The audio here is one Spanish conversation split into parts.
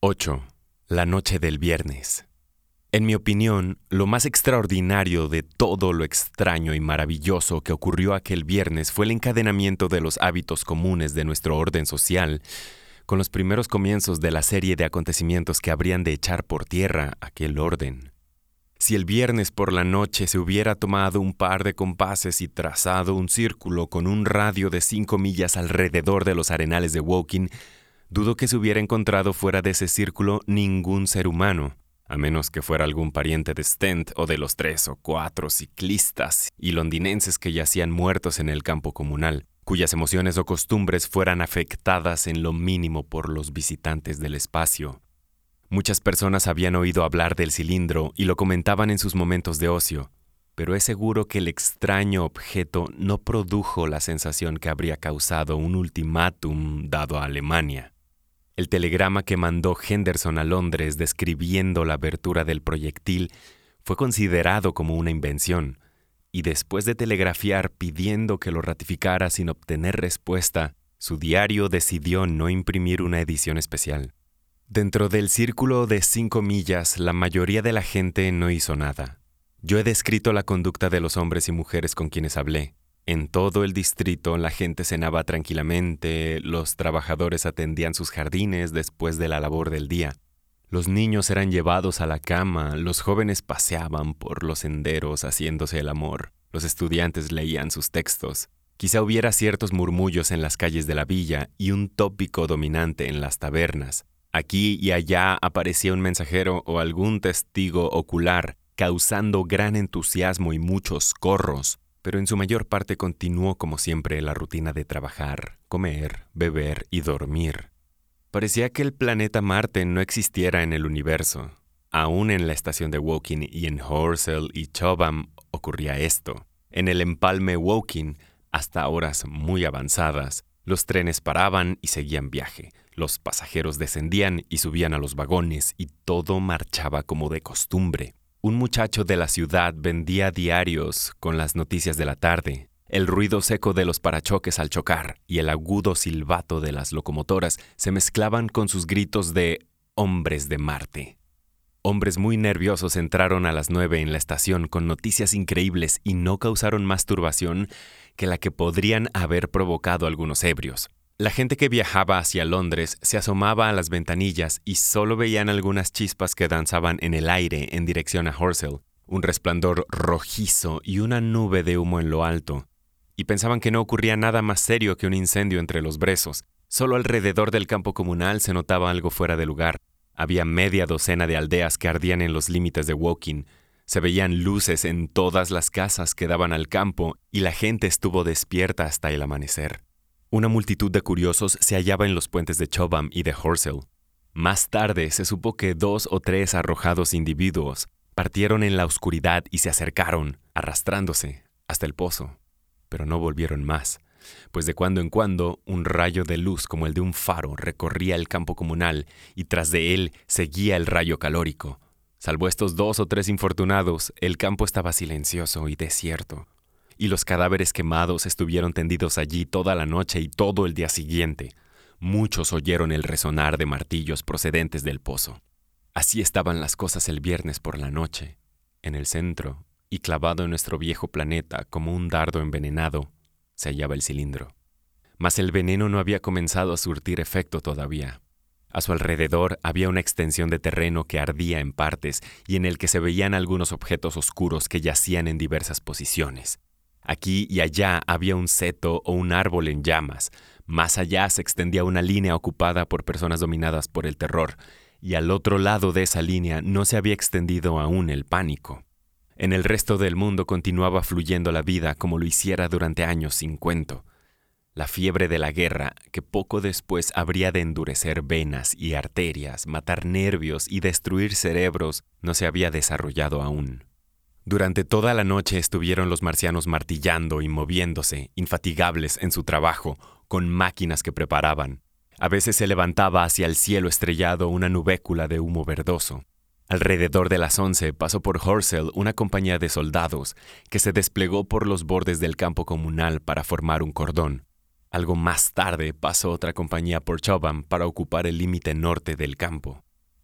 8. La noche del viernes. En mi opinión, lo más extraordinario de todo lo extraño y maravilloso que ocurrió aquel viernes fue el encadenamiento de los hábitos comunes de nuestro orden social, con los primeros comienzos de la serie de acontecimientos que habrían de echar por tierra aquel orden. Si el viernes por la noche se hubiera tomado un par de compases y trazado un círculo con un radio de 5 millas alrededor de los arenales de Woking, dudo que se hubiera encontrado fuera de ese círculo ningún ser humano, a menos que fuera algún pariente de Stent o de los 3 o 4 ciclistas y londinenses que yacían muertos en el campo comunal, cuyas emociones o costumbres fueran afectadas en lo mínimo por los visitantes del espacio. Muchas personas habían oído hablar del cilindro y lo comentaban en sus momentos de ocio, pero es seguro que el extraño objeto no produjo la sensación que habría causado un ultimátum dado a Alemania. El telegrama que mandó Henderson a Londres describiendo la abertura del proyectil fue considerado como una invención, y después de telegrafiar pidiendo que lo ratificara sin obtener respuesta, su diario decidió no imprimir una edición especial. Dentro del círculo de 5 millas, la mayoría de la gente no hizo nada. Yo he descrito la conducta de los hombres y mujeres con quienes hablé. En todo el distrito la gente cenaba tranquilamente, los trabajadores atendían sus jardines después de la labor del día. Los niños eran llevados a la cama, los jóvenes paseaban por los senderos haciéndose el amor, los estudiantes leían sus textos. Quizá hubiera ciertos murmullos en las calles de la villa y un tópico dominante en las tabernas. Aquí y allá aparecía un mensajero o algún testigo ocular, causando gran entusiasmo y muchos corros. Pero en su mayor parte continuó como siempre la rutina de trabajar, comer, beber y dormir. Parecía que el planeta Marte no existiera en el universo. Aún en la estación de Woking y en Horsell y Chobham ocurría esto. En el empalme Woking, hasta horas muy avanzadas, los trenes paraban y seguían viaje. Los pasajeros descendían y subían a los vagones y todo marchaba como de costumbre. Un muchacho de la ciudad vendía diarios con las noticias de la tarde. El ruido seco de los parachoques al chocar y el agudo silbato de las locomotoras se mezclaban con sus gritos de hombres de Marte. Hombres muy nerviosos entraron a las 9 en la estación con noticias increíbles y no causaron más turbación que la que podrían haber provocado algunos ebrios. La gente que viajaba hacia Londres se asomaba a las ventanillas y solo veían algunas chispas que danzaban en el aire en dirección a Horsell, un resplandor rojizo y una nube de humo en lo alto, y pensaban que no ocurría nada más serio que un incendio entre los brezos. Solo alrededor del campo comunal se notaba algo fuera de lugar. Había media docena de aldeas que ardían en los límites de Woking. Se veían luces en todas las casas que daban al campo y la gente estuvo despierta hasta el amanecer. Una multitud de curiosos se hallaba en los puentes de Chobham y de Horsell. Más tarde se supo que 2 o 3 arrojados individuos partieron en la oscuridad y se acercaron, arrastrándose, hasta el pozo. Pero no volvieron más, pues de cuando en cuando un rayo de luz como el de un faro recorría el campo comunal y tras de él seguía el rayo calórico. Salvo estos 2 o 3 infortunados, el campo estaba silencioso y desierto. Y los cadáveres quemados estuvieron tendidos allí toda la noche y todo el día siguiente. Muchos oyeron el resonar de martillos procedentes del pozo. Así estaban las cosas el viernes por la noche. En el centro, y clavado en nuestro viejo planeta como un dardo envenenado, se hallaba el cilindro. Mas el veneno no había comenzado a surtir efecto todavía. A su alrededor había una extensión de terreno que ardía en partes y en el que se veían algunos objetos oscuros que yacían en diversas posiciones. Aquí y allá había un seto o un árbol en llamas. Más allá se extendía una línea ocupada por personas dominadas por el terror, y al otro lado de esa línea no se había extendido aún el pánico. En el resto del mundo continuaba fluyendo la vida como lo hiciera durante años sin cuento. La fiebre de la guerra, que poco después habría de endurecer venas y arterias, matar nervios y destruir cerebros, no se había desarrollado aún. Durante toda la noche estuvieron los marcianos martillando y moviéndose, infatigables en su trabajo, con máquinas que preparaban. A veces se levantaba hacia el cielo estrellado una nubécula de humo verdoso. Alrededor de las 11 pasó por Horsell una compañía de soldados que se desplegó por los bordes del campo comunal para formar un cordón. Algo más tarde pasó otra compañía por Chobham para ocupar el límite norte del campo.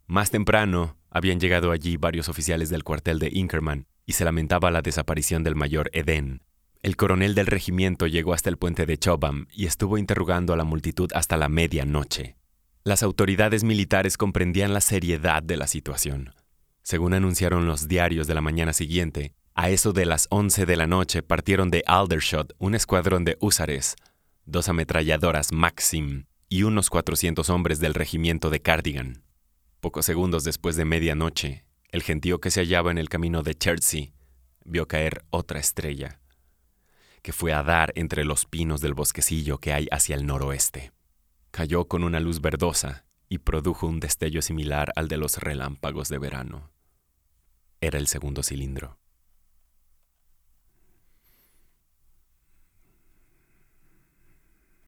Más temprano, habían llegado allí varios oficiales del cuartel de Inkerman y se lamentaba la desaparición del mayor Eden. El coronel del regimiento llegó hasta el puente de Chobham y estuvo interrogando a la multitud hasta la medianoche. Las autoridades militares comprendían la seriedad de la situación. Según anunciaron los diarios de la mañana siguiente, a eso de las 11 de la noche partieron de Aldershot un escuadrón de húsares, 2 ametralladoras Maxim y unos 400 hombres del regimiento de Cardigan. Pocos segundos después de medianoche, el gentío que se hallaba en el camino de Chertsey vio caer otra estrella, que fue a dar entre los pinos del bosquecillo que hay hacia el noroeste. Cayó con una luz verdosa y produjo un destello similar al de los relámpagos de verano. Era el segundo cilindro.